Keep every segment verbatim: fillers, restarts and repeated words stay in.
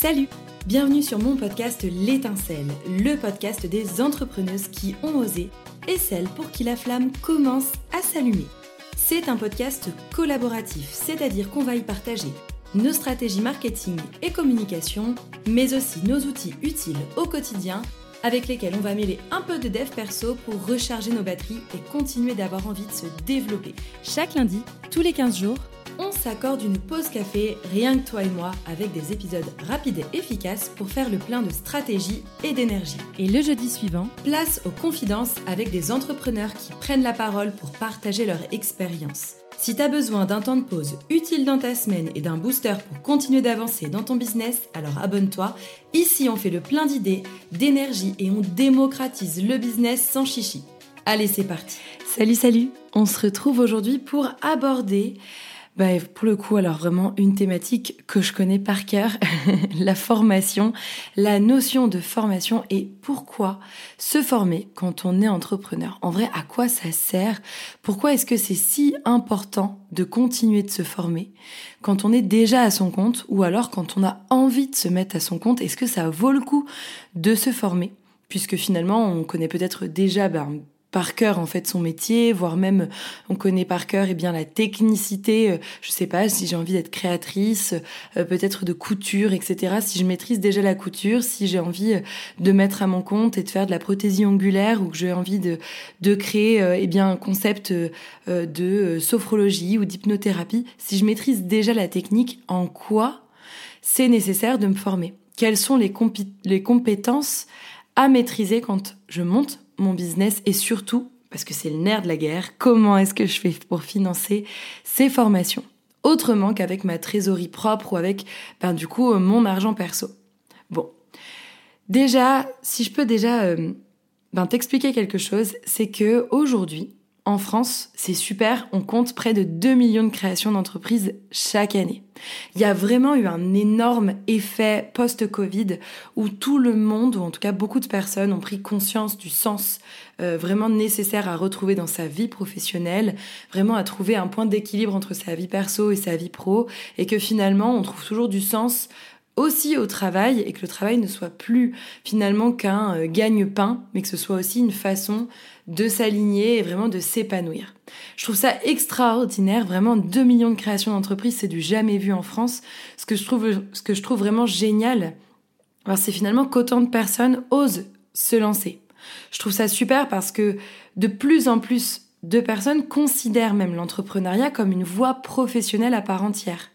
Salut! Bienvenue sur mon podcast L'étincelle, le podcast des entrepreneuses qui ont osé et celles pour qui la flamme commence à s'allumer. C'est un podcast collaboratif, c'est-à-dire qu'on va y partager nos stratégies marketing et communication, mais aussi nos outils utiles au quotidien avec lesquels on va mêler un peu de dev perso pour recharger nos batteries et continuer d'avoir envie de se développer. Chaque lundi, tous les quinze jours, on s'accorde une pause café, rien que toi et moi, avec des épisodes rapides et efficaces pour faire le plein de stratégie et d'énergie. Et le jeudi suivant, place aux confidences avec des entrepreneurs qui prennent la parole pour partager leur expérience. Si t'as besoin d'un temps de pause utile dans ta semaine et d'un booster pour continuer d'avancer dans ton business, alors abonne-toi. Ici, on fait le plein d'idées, d'énergie et on démocratise le business sans chichi. Allez, c'est parti. Salut, salut. On se retrouve aujourd'hui pour aborder... Bah, pour le coup, alors vraiment une thématique que je connais par cœur, la formation, la notion de formation et pourquoi se former quand on est entrepreneur. En vrai, à quoi ça sert? Pourquoi est-ce que c'est si important de continuer de se former quand on est déjà à son compte ou alors quand on a envie de se mettre à son compte? Est-ce que ça vaut le coup de se former? Puisque finalement, on connaît peut-être déjà... Ben, par cœur en fait son métier, voire même on connaît par cœur eh bien la technicité, euh, je sais pas si j'ai envie d'être créatrice, euh, peut-être de couture, et cetera. Si je maîtrise déjà la couture, si j'ai envie de mettre à mon compte et de faire de la prothésie ongulaire ou que j'ai envie de de créer euh, eh bien un concept euh, de euh, sophrologie ou d'hypnothérapie, si je maîtrise déjà la technique, en quoi c'est nécessaire de me former? Quelles sont les, compé- les compétences à maîtriser quand je monte mon business et surtout, parce que c'est le nerf de la guerre, comment est-ce que je fais pour financer ces formations autrement qu'avec ma trésorerie propre ou avec, ben, du coup, mon argent perso. Bon, déjà, si je peux déjà euh, ben, t'expliquer quelque chose, c'est que aujourd'hui, en France, c'est super, on compte près de deux millions de créations d'entreprises chaque année. Il y a vraiment eu un énorme effet post-Covid où tout le monde, ou en tout cas beaucoup de personnes, ont pris conscience du sens euh, vraiment nécessaire à retrouver dans sa vie professionnelle, vraiment à trouver un point d'équilibre entre sa vie perso et sa vie pro, et que finalement on trouve toujours du sens aussi au travail, et que le travail ne soit plus finalement qu'un euh, gagne-pain, mais que ce soit aussi une façon de s'aligner et vraiment de s'épanouir. Je trouve ça extraordinaire, vraiment deux millions de créations d'entreprises, c'est du jamais vu en France. Ce que je trouve, ce que je trouve vraiment génial, alors c'est finalement qu'autant de personnes osent se lancer. Je trouve ça super parce que de plus en plus de personnes considèrent même l'entrepreneuriat comme une voie professionnelle à part entière.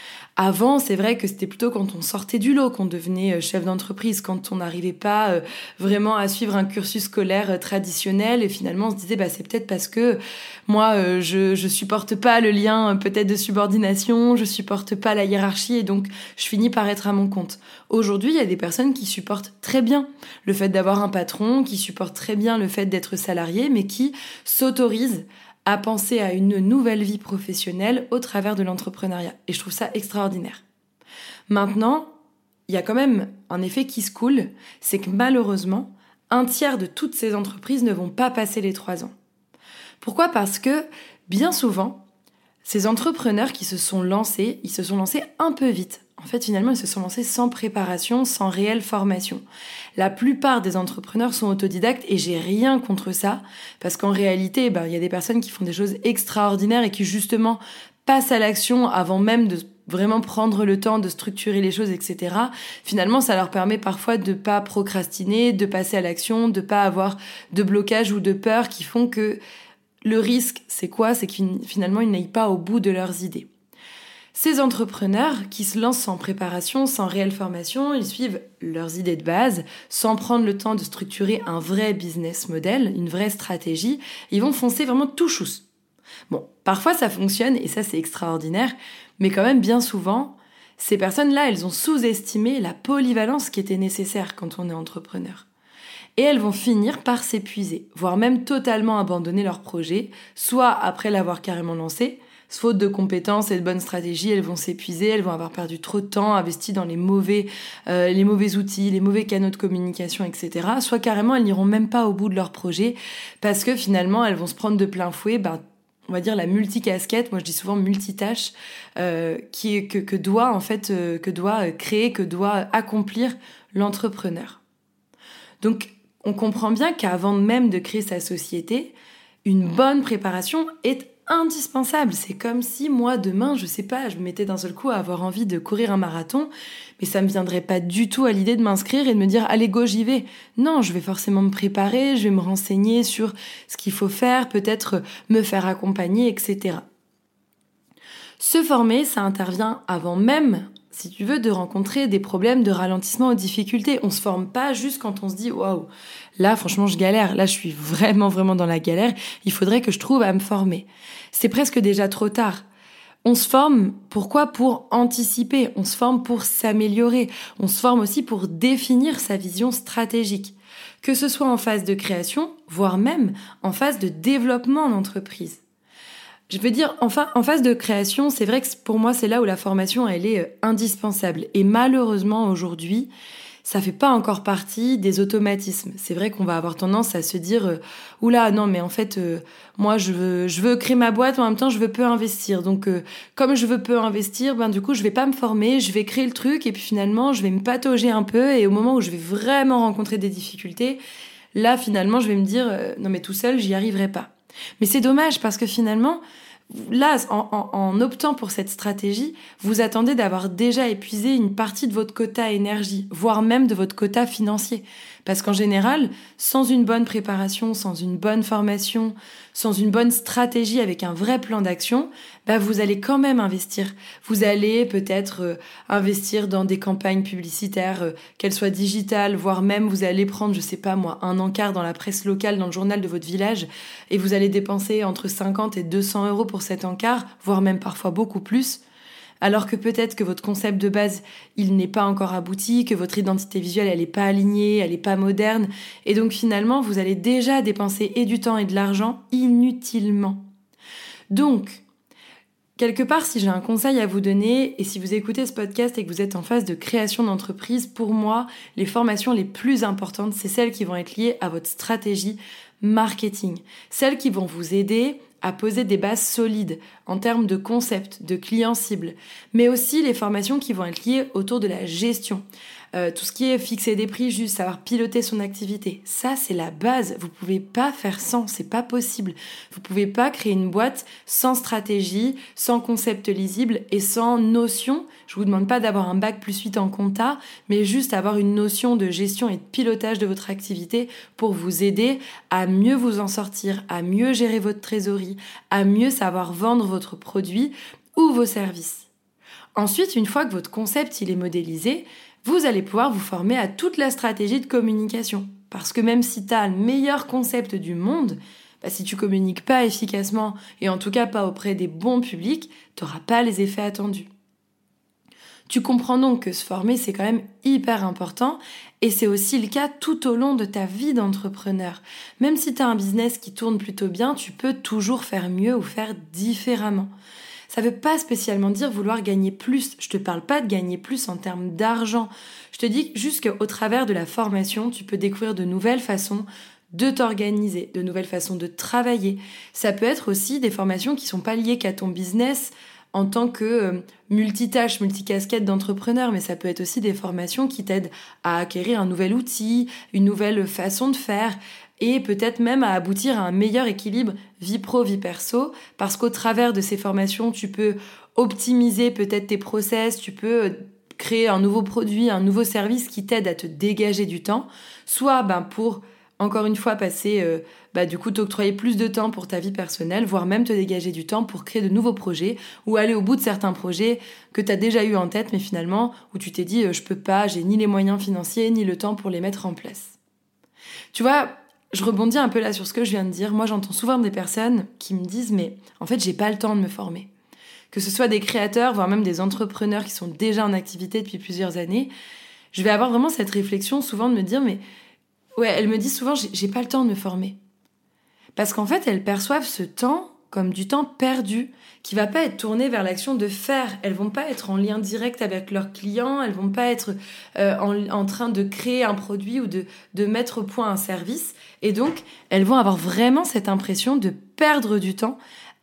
Avant, c'est vrai que c'était plutôt quand on sortait du lot qu'on devenait chef d'entreprise, quand on n'arrivait pas euh, vraiment à suivre un cursus scolaire euh, traditionnel, et finalement on se disait bah c'est peut-être parce que moi euh, je je supporte pas le lien euh, peut-être de subordination, je supporte pas la hiérarchie et donc je finis par être à mon compte. Aujourd'hui, il y a des personnes qui supportent très bien le fait d'avoir un patron, qui supportent très bien le fait d'être salarié, mais qui s'autorisent à penser à une nouvelle vie professionnelle au travers de l'entrepreneuriat. Et je trouve ça extraordinaire. Maintenant, il y a quand même un effet qui se coule, c'est que malheureusement, un tiers de toutes ces entreprises ne vont pas passer les trois ans. Pourquoi ? Parce que, bien souvent, ces entrepreneurs qui se sont lancés, ils se sont lancés un peu vite. En fait, finalement, ils se sont lancés sans préparation, sans réelle formation. La plupart des entrepreneurs sont autodidactes et j'ai rien contre ça, parce qu'en réalité, ben, il y a des personnes qui font des choses extraordinaires et qui justement passent à l'action avant même de vraiment prendre le temps de structurer les choses, et cetera. Finalement, ça leur permet parfois de pas procrastiner, de passer à l'action, de pas avoir de blocage ou de peur qui font que le risque, c'est quoi ? C'est que finalement, ils n'aillent pas au bout de leurs idées. Ces entrepreneurs qui se lancent sans préparation, sans réelle formation, ils suivent leurs idées de base, sans prendre le temps de structurer un vrai business model, une vraie stratégie. Ils vont foncer vraiment tout chousse. Bon, parfois ça fonctionne et ça c'est extraordinaire, mais quand même bien souvent, ces personnes-là, elles ont sous-estimé la polyvalence qui était nécessaire quand on est entrepreneur. Et elles vont finir par s'épuiser, voire même totalement abandonner leur projet, soit après l'avoir carrément lancé, faute de compétences et de bonnes stratégies, elles vont s'épuiser, elles vont avoir perdu trop de temps, investi dans les mauvais, euh, les mauvais outils, les mauvais canaux de communication, et cetera. Soit carrément, elles n'iront même pas au bout de leur projet parce que finalement, elles vont se prendre de plein fouet, ben, on va dire la multicasquette, moi je dis souvent multitâche, euh, qui est, que, que doit en fait, euh, que doit créer, que doit accomplir l'entrepreneur. Donc on comprend bien qu'avant même de créer sa société, une bonne préparation est indispensable. C'est comme si moi demain, je sais pas, je me mettais d'un seul coup à avoir envie de courir un marathon, mais ça me viendrait pas du tout à l'idée de m'inscrire et de me dire allez go, j'y vais. Non, je vais forcément me préparer, je vais me renseigner sur ce qu'il faut faire, peut-être me faire accompagner, et cetera. Se former, ça intervient avant même, si tu veux, de rencontrer des problèmes de ralentissement ou de difficultés. On se forme pas juste quand on se dit waouh, là franchement je galère, là je suis vraiment vraiment dans la galère, il faudrait que je trouve à me former. C'est presque déjà trop tard. On se forme, pourquoi ? Pour anticiper, on se forme pour s'améliorer, on se forme aussi pour définir sa vision stratégique. Que ce soit en phase de création, voire même en phase de développement d'entreprise. Je veux dire, enfin, en phase de création, c'est vrai que pour moi, c'est là où la formation, elle est indispensable. Et malheureusement, aujourd'hui, ça fait pas encore partie des automatismes. C'est vrai qu'on va avoir tendance à se dire euh, « Oula, non, mais en fait, euh, moi, je veux, je veux créer ma boîte, mais en même temps, je veux peu investir. Donc, euh, comme je veux peu investir, ben du coup, je vais pas me former, je vais créer le truc, et puis finalement, je vais me patauger un peu, et au moment où je vais vraiment rencontrer des difficultés, là, finalement, je vais me dire euh, « Non, mais tout seul, j'y arriverai pas. » Mais c'est dommage parce que finalement, là, en, en, en optant pour cette stratégie, vous attendez d'avoir déjà épuisé une partie de votre quota énergie, voire même de votre quota financier. Parce qu'en général, sans une bonne préparation, sans une bonne formation, sans une bonne stratégie avec un vrai plan d'action, bah vous allez quand même investir. Vous allez peut-être euh, investir dans des campagnes publicitaires, euh, qu'elles soient digitales, voire même vous allez prendre, je sais pas moi, un encart dans la presse locale, dans le journal de votre village, et vous allez dépenser entre cinquante et deux cents euros pour cet encart, voire même parfois beaucoup plus. Alors que peut-être que votre concept de base, il n'est pas encore abouti, que votre identité visuelle, elle n'est pas alignée, elle n'est pas moderne. Et donc finalement, vous allez déjà dépenser et du temps et de l'argent inutilement. Donc, quelque part, si j'ai un conseil à vous donner, et si vous écoutez ce podcast et que vous êtes en phase de création d'entreprise, pour moi, les formations les plus importantes, c'est celles qui vont être liées à votre stratégie marketing. Celles qui vont vous aider à poser des bases solides en termes de concept, de clients cibles, mais aussi les formations qui vont être liées autour de la gestion. Euh, tout ce qui est fixer des prix, juste savoir piloter son activité, ça c'est la base. Vous pouvez pas faire sans, c'est pas possible. Vous pouvez pas créer une boîte sans stratégie, sans concept lisible et sans notion. Je vous demande pas d'avoir un bac plus huit en compta, mais juste avoir une notion de gestion et de pilotage de votre activité pour vous aider à mieux vous en sortir, à mieux gérer votre trésorerie, à mieux savoir vendre votre produit ou vos services. Ensuite, une fois que votre concept il est modélisé, vous allez pouvoir vous former à toute la stratégie de communication. Parce que même si tu as le meilleur concept du monde, bah si tu communiques pas efficacement, et en tout cas pas auprès des bons publics, tu n'auras pas les effets attendus. Tu comprends donc que se former, c'est quand même hyper important, et c'est aussi le cas tout au long de ta vie d'entrepreneur. Même si tu as un business qui tourne plutôt bien, tu peux toujours faire mieux ou faire différemment. Ça ne veut pas spécialement dire vouloir gagner plus. Je te parle pas de gagner plus en termes d'argent. Je te dis juste qu'au travers de la formation, tu peux découvrir de nouvelles façons de t'organiser, de nouvelles façons de travailler. Ça peut être aussi des formations qui sont pas liées qu'à ton business en tant que euh, multitâche, multicasquette d'entrepreneur, mais ça peut être aussi des formations qui t'aident à acquérir un nouvel outil, une nouvelle façon de faire, et peut-être même à aboutir à un meilleur équilibre vie pro, vie perso, parce qu'au travers de ces formations, tu peux optimiser peut-être tes process, tu peux créer un nouveau produit, un nouveau service qui t'aide à te dégager du temps, soit ben, pour, encore une fois, passer, euh, bah, du coup, t'octroyer plus de temps pour ta vie personnelle, voire même te dégager du temps pour créer de nouveaux projets, ou aller au bout de certains projets que tu as déjà eu en tête, mais finalement, où tu t'es dit, euh, je peux pas, j'ai ni les moyens financiers, ni le temps pour les mettre en place. Tu vois, je rebondis un peu là sur ce que je viens de dire. Moi, j'entends souvent des personnes qui me disent « mais en fait, j'ai pas le temps de me former ». Que ce soit des créateurs, voire même des entrepreneurs qui sont déjà en activité depuis plusieurs années, je vais avoir vraiment cette réflexion souvent de me dire « mais ouais, elles me disent souvent « j'ai pas le temps de me former ». Parce qu'en fait, elles perçoivent ce temps comme du temps perdu, qui va pas être tourné vers l'action de faire. Elles vont pas être en lien direct avec leurs clients, elles vont pas être euh, en, en train de créer un produit ou de, de mettre au point un service. Et donc, elles vont avoir vraiment cette impression de perdre du temps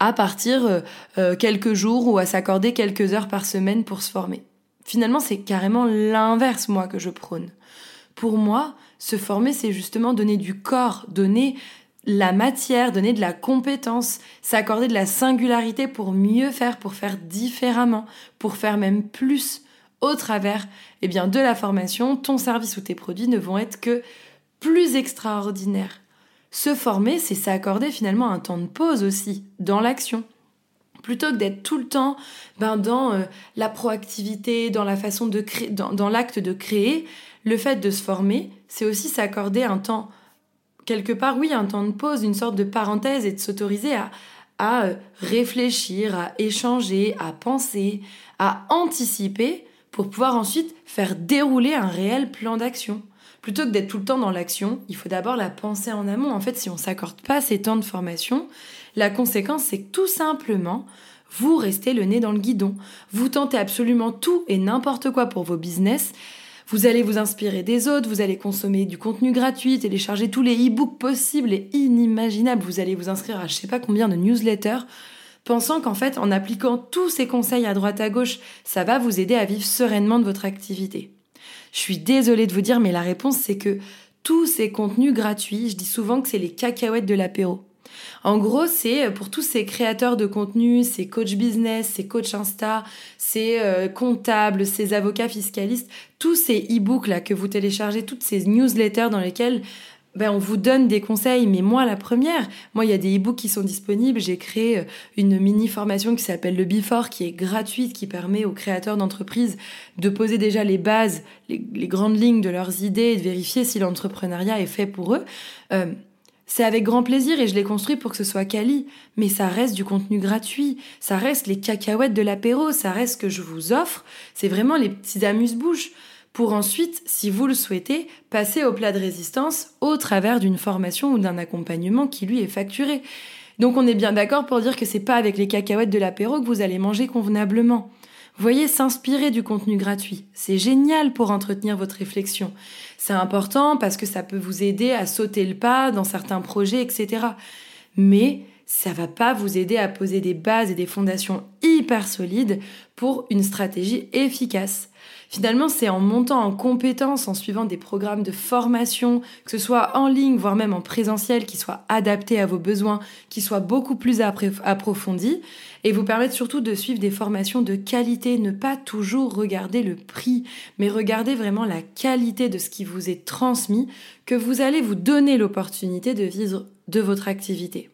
à partir euh, euh, quelques jours ou à s'accorder quelques heures par semaine pour se former. Finalement, c'est carrément l'inverse, moi, que je prône. Pour moi, se former, c'est justement donner du corps, donner la matière, donner de la compétence, s'accorder de la singularité pour mieux faire, pour faire différemment, pour faire même plus. Au travers eh bien, de la formation, ton service ou tes produits ne vont être que plus extraordinaires. Se former, c'est s'accorder finalement un temps de pause aussi, dans l'action. Plutôt que d'être tout le temps ben, dans euh, la proactivité, dans la façon de créer, dans, dans l'acte de créer, le fait de se former, c'est aussi s'accorder un temps, quelque part, oui, un temps de pause, une sorte de parenthèse et de s'autoriser à, à euh, réfléchir, à échanger, à penser, à anticiper pour pouvoir ensuite faire dérouler un réel plan d'action. Plutôt que d'être tout le temps dans l'action, il faut d'abord la penser en amont. En fait, si on ne s'accorde pas ces temps de formation, la conséquence, c'est que tout simplement, vous restez le nez dans le guidon. Vous tentez absolument tout et n'importe quoi pour vos business. Vous allez vous inspirer des autres, vous allez consommer du contenu gratuit, télécharger tous les e-books possibles et inimaginables. Vous allez vous inscrire à je sais pas combien de newsletters, pensant qu'en fait, en appliquant tous ces conseils à droite à gauche, ça va vous aider à vivre sereinement de votre activité. Je suis désolée de vous dire, mais la réponse, c'est que tous ces contenus gratuits, je dis souvent que c'est les cacahuètes de l'apéro. En gros, c'est pour tous ces créateurs de contenu, ces coachs business, ces coachs Insta, ces euh, comptables, ces avocats fiscalistes, tous ces e-books là que vous téléchargez, toutes ces newsletters dans lesquelles ben, on vous donne des conseils, mais moi la première, moi il y a des e-books qui sont disponibles, j'ai créé une mini formation qui s'appelle le Before, qui est gratuite, qui permet aux créateurs d'entreprises de poser déjà les bases, les, les grandes lignes de leurs idées et de vérifier si l'entrepreneuriat est fait pour eux. Euh, C'est avec grand plaisir et je l'ai construit pour que ce soit quali, mais ça reste du contenu gratuit, ça reste les cacahuètes de l'apéro, ça reste ce que je vous offre, c'est vraiment les petits amuse-bouches pour ensuite, si vous le souhaitez, passer au plat de résistance au travers d'une formation ou d'un accompagnement qui lui est facturé. Donc on est bien d'accord pour dire que c'est pas avec les cacahuètes de l'apéro que vous allez manger convenablement. Vous voyez, s'inspirer du contenu gratuit, c'est génial pour entretenir votre réflexion. C'est important parce que ça peut vous aider à sauter le pas dans certains projets, et cetera. Mais ça va pas vous aider à poser des bases et des fondations hyper solides pour une stratégie efficace. Finalement, c'est en montant en compétences, en suivant des programmes de formation, que ce soit en ligne, voire même en présentiel, qui soient adaptés à vos besoins, qui soient beaucoup plus approfondis, et vous permettre surtout de suivre des formations de qualité, ne pas toujours regarder le prix, mais regarder vraiment la qualité de ce qui vous est transmis, que vous allez vous donner l'opportunité de vivre de votre activité.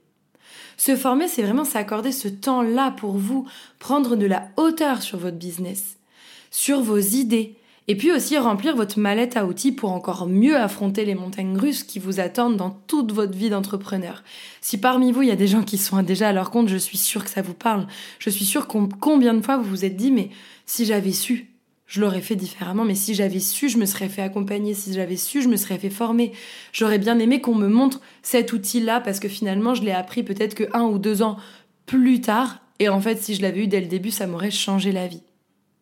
Se former, c'est vraiment s'accorder ce temps-là pour vous, prendre de la hauteur sur votre business, sur vos idées, et puis aussi remplir votre mallette à outils pour encore mieux affronter les montagnes russes qui vous attendent dans toute votre vie d'entrepreneur. Si parmi vous, il y a des gens qui sont déjà à leur compte, je suis sûre que ça vous parle. Je suis sûre qu'on, combien de fois vous vous êtes dit, mais si j'avais su, je l'aurais fait différemment, mais si j'avais su, je me serais fait accompagner, si j'avais su, je me serais fait former. J'aurais bien aimé qu'on me montre cet outil-là, parce que finalement, je l'ai appris peut-être que un ou deux ans plus tard, et en fait, si je l'avais eu dès le début, ça m'aurait changé la vie.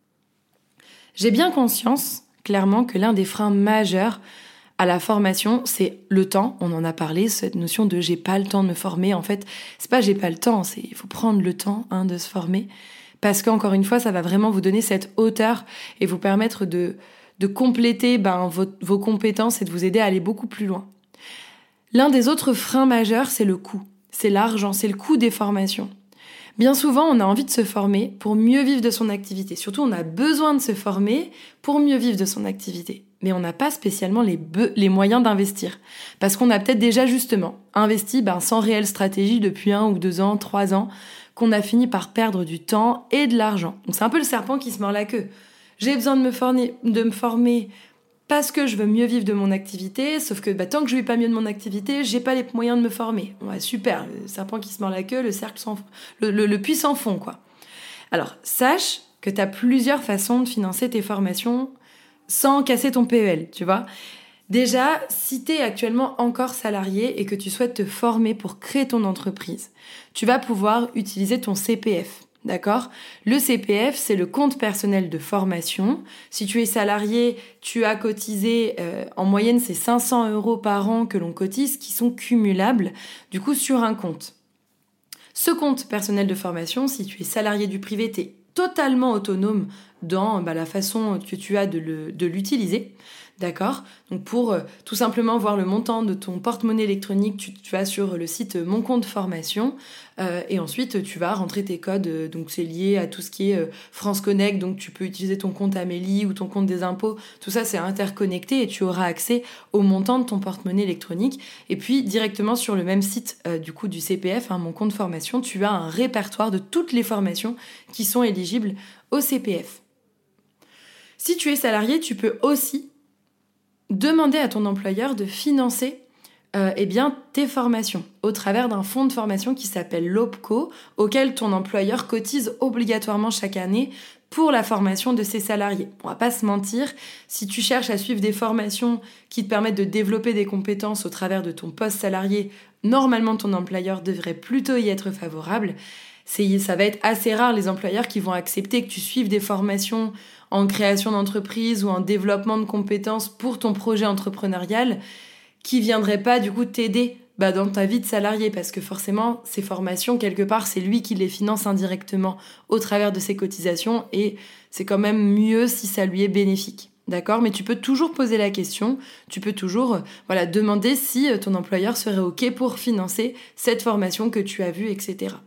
J'ai bien conscience, clairement, que l'un des freins majeurs à la formation, c'est le temps. On en a parlé, cette notion de « j'ai pas le temps de me former ». En fait, c'est pas « j'ai pas le temps », c'est il faut prendre le temps hein, de se former. Parce qu'encore une fois, ça va vraiment vous donner cette hauteur et vous permettre de, de compléter ben, vos, vos compétences et de vous aider à aller beaucoup plus loin. L'un des autres freins majeurs, c'est le coût. C'est l'argent, c'est le coût des formations. Bien souvent, on a envie de se former pour mieux vivre de son activité. Surtout, on a besoin de se former pour mieux vivre de son activité. Mais on n'a pas spécialement les, be- les moyens d'investir. Parce qu'on a peut-être déjà justement investi ben, sans réelle stratégie depuis un ou deux ans, trois ans, qu'on a fini par perdre du temps et de l'argent. Donc c'est un peu le serpent qui se mord la queue. J'ai besoin de me former, de me former parce que je veux mieux vivre de mon activité, sauf que bah, tant que je ne vis pas mieux de mon activité, j'ai pas les moyens de me former. Ouais, super, le serpent qui se mord la queue, le cercle sans, le, le, le puits sans fond, quoi. Alors, sache que tu as plusieurs façons de financer tes formations sans casser ton P E L, tu vois. Déjà, si tu es actuellement encore salarié et que tu souhaites te former pour créer ton entreprise, tu vas pouvoir utiliser ton C P F. D'accord ? Le C P F, c'est le compte personnel de formation. Si tu es salarié, tu as cotisé, euh, en moyenne, c'est cinq cents euros par an que l'on cotise, qui sont cumulables, du coup, sur un compte. Ce compte personnel de formation, si tu es salarié du privé, tu es totalement autonome dans bah, la façon que tu as de, le, de l'utiliser. D'accord ? Donc pour euh, tout simplement voir le montant de ton porte-monnaie électronique, tu, tu vas sur le site Mon Compte Formation euh, et ensuite tu vas rentrer tes codes. Euh, donc c'est lié à tout ce qui est euh, France Connect, donc tu peux utiliser ton compte Amélie ou ton compte des impôts. Tout ça c'est interconnecté et tu auras accès au montant de ton porte-monnaie électronique. Et puis directement sur le même site euh, du coup du C P F, hein, Mon Compte Formation, tu as un répertoire de toutes les formations qui sont éligibles au C P F. Si tu es salarié, tu peux aussi demander à ton employeur de financer euh, eh bien, tes formations au travers d'un fonds de formation qui s'appelle l'OPCO, auquel ton employeur cotise obligatoirement chaque année pour la formation de ses salariés. On va pas se mentir, si tu cherches à suivre des formations qui te permettent de développer des compétences au travers de ton poste salarié, normalement ton employeur devrait plutôt y être favorable. C'est, ça va être assez rare les employeurs qui vont accepter que tu suives des formations en création d'entreprise ou en développement de compétences pour ton projet entrepreneurial qui viendraient pas du coup t'aider bah, dans ta vie de salarié, parce que forcément ces formations quelque part c'est lui qui les finance indirectement au travers de ses cotisations et c'est quand même mieux si ça lui est bénéfique. D'accord ? Mais tu peux toujours poser la question, tu peux toujours euh, voilà, demander si ton employeur serait OK pour financer cette formation que tu as vue, et cetera.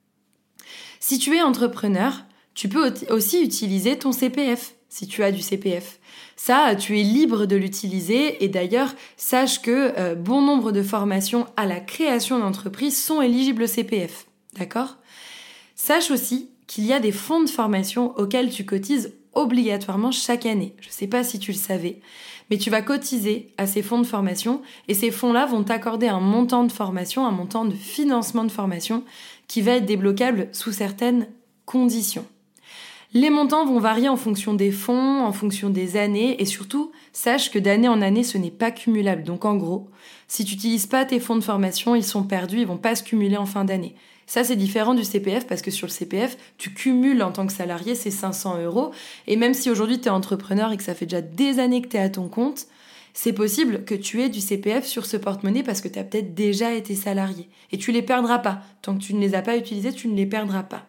Si tu es entrepreneur, tu peux aussi utiliser ton C P F, si tu as du C P F. Ça, tu es libre de l'utiliser et d'ailleurs, sache que euh, bon nombre de formations à la création d'entreprise sont éligibles au C P F. D'accord ? Sache aussi qu'il y a des fonds de formation auxquels tu cotises obligatoirement chaque année. Je ne sais pas si tu le savais, mais tu vas cotiser à ces fonds de formation et ces fonds-là vont t'accorder un montant de formation, un montant de financement de formation qui va être débloquable sous certaines conditions. Les montants vont varier en fonction des fonds, en fonction des années et surtout, sache que d'année en année, ce n'est pas cumulable. Donc en gros, si tu n'utilises pas tes fonds de formation, ils sont perdus, ils vont pas se cumuler en fin d'année. Ça, c'est différent du C P F parce que sur le C P F, tu cumules en tant que salarié ces cinq cents euros et même si aujourd'hui tu es entrepreneur et que ça fait déjà des années que tu es à ton compte, c'est possible que tu aies du C P F sur ce porte-monnaie parce que tu as peut-être déjà été salarié et tu les perdras pas. Tant que tu ne les as pas utilisés, tu ne les perdras pas.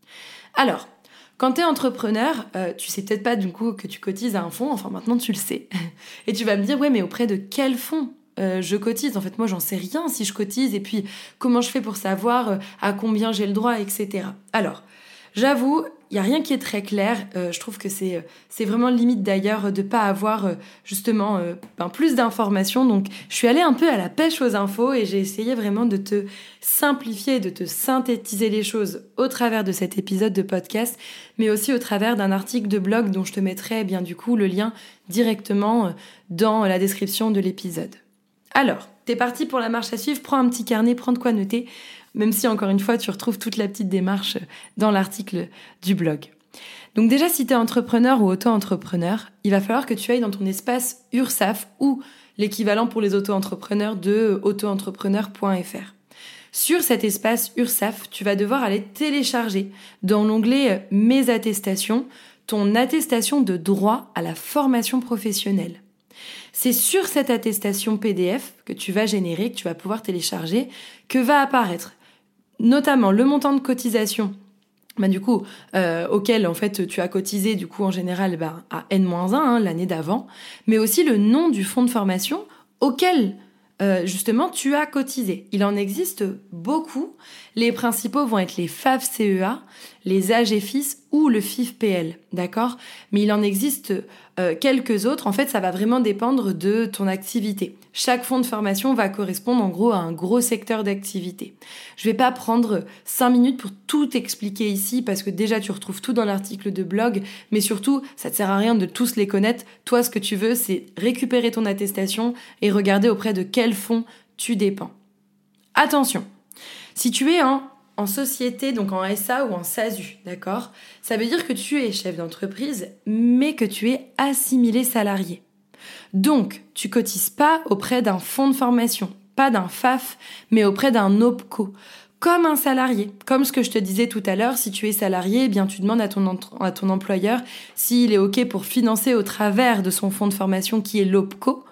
Alors, quand tu es entrepreneur, euh, tu sais peut-être pas du coup que tu cotises à un fonds, enfin maintenant tu le sais. Et tu vas me dire, ouais mais auprès de quel fonds euh, je cotise ? En fait moi j'en sais rien si je cotise et puis comment je fais pour savoir euh, à combien j'ai le droit, et cetera. Alors, j'avoue, il n'y a rien qui est très clair. Euh, je trouve que c'est, c'est vraiment limite d'ailleurs de ne pas avoir euh, justement euh, ben, plus d'informations. Donc, je suis allée un peu à la pêche aux infos et j'ai essayé vraiment de te simplifier, de te synthétiser les choses au travers de cet épisode de podcast, mais aussi au travers d'un article de blog dont je te mettrai eh bien du coup le lien directement euh, dans la description de l'épisode. Alors, t'es parti pour la marche à suivre, prends un petit carnet, prends de quoi noter. Même si, encore une fois, tu retrouves toute la petite démarche dans l'article du blog. Donc déjà, si tu es entrepreneur ou auto-entrepreneur, il va falloir que tu ailles dans ton espace URSSAF ou l'équivalent pour les auto-entrepreneurs de auto-entrepreneur point f r. Sur cet espace URSSAF, tu vas devoir aller télécharger dans l'onglet « Mes attestations » ton attestation de droit à la formation professionnelle. C'est sur cette attestation P D F que tu vas générer, que tu vas pouvoir télécharger, que va apparaître notamment le montant de cotisation bah, du coup, euh, auquel en fait tu as cotisé du coup en général bah, à N moins un hein, l'année d'avant, mais aussi le nom du fonds de formation auquel euh, justement tu as cotisé. Il en existe beaucoup. Les principaux vont être les F A F C E A, les A G F I S ou le F I F P L, d'accord ? Mais il en existe euh, quelques autres. En fait, ça va vraiment dépendre de ton activité. Chaque fonds de formation va correspondre en gros à un gros secteur d'activité. Je vais pas prendre cinq minutes pour tout expliquer ici parce que déjà tu retrouves tout dans l'article de blog, mais surtout, ça te sert à rien de tous les connaître. Toi, ce que tu veux, c'est récupérer ton attestation et regarder auprès de quel fonds tu dépends. Attention, si tu es en en société, donc en S A ou en S A S U, d'accord ? Ça veut dire que tu es chef d'entreprise, mais que tu es assimilé salarié. Donc, tu cotises pas auprès d'un fonds de formation, pas d'un F A F, mais auprès d'un OPCO, comme un salarié. Comme ce que je te disais tout à l'heure, si tu es salarié, eh bien tu demandes à ton, entre- à ton employeur s'il est OK pour financer au travers de son fonds de formation qui est l'OPCO,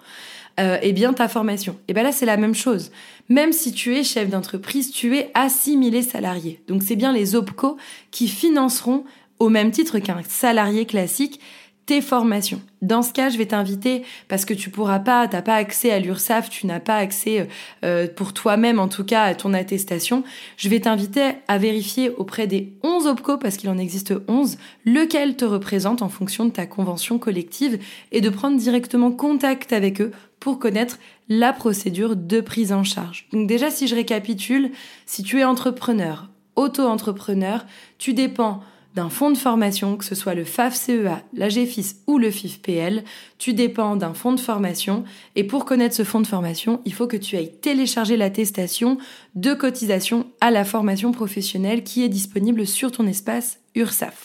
euh, eh bien ta formation. Et bien là, c'est la même chose. Même si tu es chef d'entreprise, tu es assimilé salarié. Donc c'est bien les OPCO qui financeront au même titre qu'un salarié classique tes formations. Dans ce cas, je vais t'inviter, parce que tu pourras pas, t'as pas accès à l'URSSAF, tu n'as pas accès euh, pour toi-même en tout cas à ton attestation, je vais t'inviter à vérifier auprès des onze OPCO, parce qu'il en existe onze, lequel te représente en fonction de ta convention collective et de prendre directement contact avec eux pour connaître la procédure de prise en charge. Donc déjà, si je récapitule, si tu es entrepreneur, auto-entrepreneur, tu dépends d'un fonds de formation, que ce soit le F A F C E A, la G F I S ou le F I F P L, tu dépends d'un fonds de formation et pour connaître ce fonds de formation, il faut que tu ailles télécharger l'attestation de cotisation à la formation professionnelle qui est disponible sur ton espace URSSAF.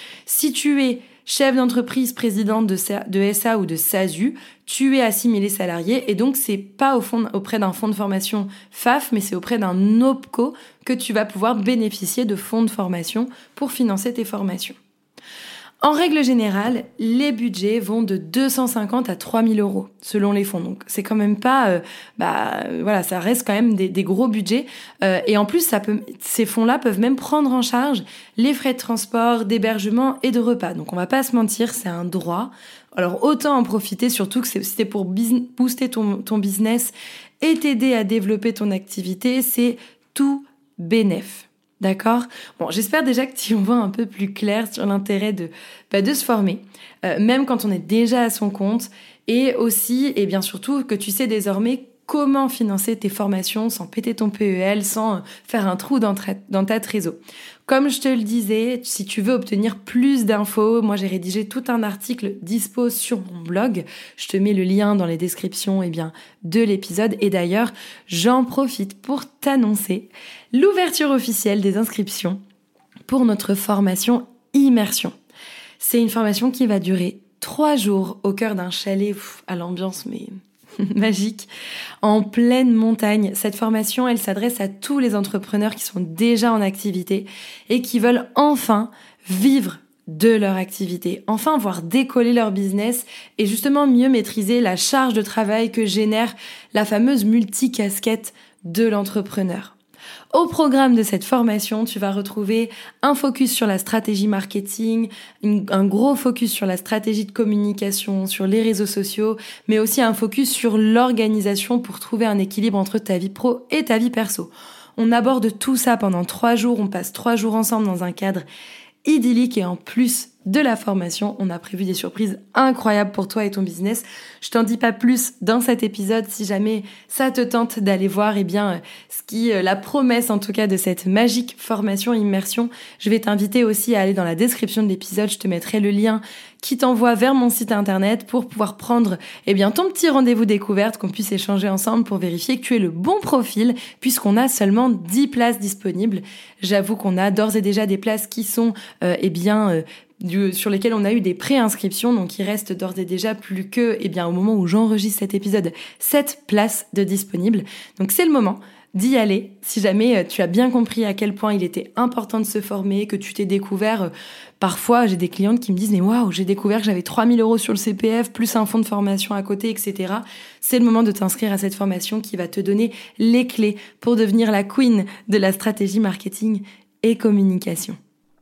Si tu es chef d'entreprise, présidente de S A ou de S A S U, tu es assimilé salarié et donc c'est pas au fond, auprès d'un fonds de formation F A F, mais c'est auprès d'un OPCO que tu vas pouvoir bénéficier de fonds de formation pour financer tes formations. En règle générale, les budgets vont de deux cent cinquante à trois mille euros selon les fonds. Donc c'est quand même pas, euh, bah voilà, ça reste quand même des, des gros budgets. Euh, et en plus, ça peut, ces fonds-là peuvent même prendre en charge les frais de transport, d'hébergement et de repas. Donc on va pas se mentir, c'est un droit. Alors autant en profiter, surtout que c'est, c'était pour business, booster ton, ton business et t'aider à développer ton activité, c'est tout bénef. D'accord ? Bon, j'espère déjà que tu en vois un peu plus clair sur l'intérêt de, bah, de se former, euh, même quand on est déjà à son compte, et aussi, et bien surtout, que tu sais désormais comment financer tes formations sans péter ton P E L, sans faire un trou dans, tra- dans ta trésor. Comme je te le disais, si tu veux obtenir plus d'infos, moi j'ai rédigé tout un article dispo sur mon blog. Je te mets le lien dans les descriptions eh bien, de l'épisode. Et d'ailleurs, j'en profite pour t'annoncer l'ouverture officielle des inscriptions pour notre formation Immersion. C'est une formation qui va durer trois jours au cœur d'un chalet pff, à l'ambiance mais magique, en pleine montagne. Cette formation, elle s'adresse à tous les entrepreneurs qui sont déjà en activité et qui veulent enfin vivre de leur activité, enfin voir décoller leur business et justement mieux maîtriser la charge de travail que génère la fameuse multicasquette de l'entrepreneur. Au programme de cette formation, tu vas retrouver un focus sur la stratégie marketing, une, un gros focus sur la stratégie de communication, sur les réseaux sociaux, mais aussi un focus sur l'organisation pour trouver un équilibre entre ta vie pro et ta vie perso. On aborde tout ça pendant trois jours, on passe trois jours ensemble dans un cadre idyllique et en plus de la formation, on a prévu des surprises incroyables pour toi et ton business. Je t'en dis pas plus dans cet épisode. Si jamais ça te tente d'aller voir, eh bien, ce qui, la promesse en tout cas de cette magique formation immersion, je vais t'inviter aussi à aller dans la description de l'épisode. Je te mettrai le lien qui t'envoie vers mon site internet pour pouvoir prendre, eh bien, ton petit rendez-vous découverte, qu'on puisse échanger ensemble pour vérifier que tu es le bon profil, puisqu'on a seulement dix places disponibles. J'avoue qu'on a d'ores et déjà des places qui sont, euh, eh bien, euh, Du, sur lesquels on a eu des pré-inscriptions, donc il reste d'ores et déjà plus que, eh bien, au moment où j'enregistre cet épisode, sept places de disponibles. Donc c'est le moment d'y aller, si jamais tu as bien compris à quel point il était important de se former, que tu t'es découvert, euh, parfois j'ai des clientes qui me disent « mais waouh, j'ai découvert que j'avais trois mille euros sur le C P F, plus un fonds de formation à côté, et cetera » C'est le moment de t'inscrire à cette formation qui va te donner les clés pour devenir la queen de la stratégie marketing et communication.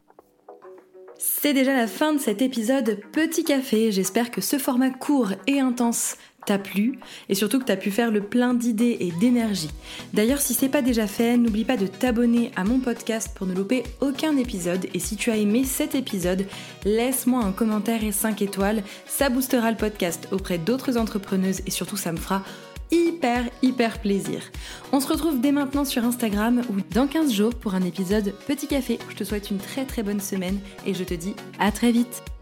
C'est déjà la fin de cet épisode Petit Café. J'espère que ce format court et intense t'a plu et surtout que t'as pu faire le plein d'idées et d'énergie. D'ailleurs, si c'est pas déjà fait, n'oublie pas de t'abonner à mon podcast pour ne louper aucun épisode. Et si tu as aimé cet épisode, laisse-moi un commentaire et cinq étoiles. Ça boostera le podcast auprès d'autres entrepreneuses et surtout ça me fera hyper hyper plaisir. On se retrouve dès maintenant sur Instagram ou dans quinze jours pour un épisode Petit Café. Je te souhaite une très très bonne semaine et je te dis à très vite.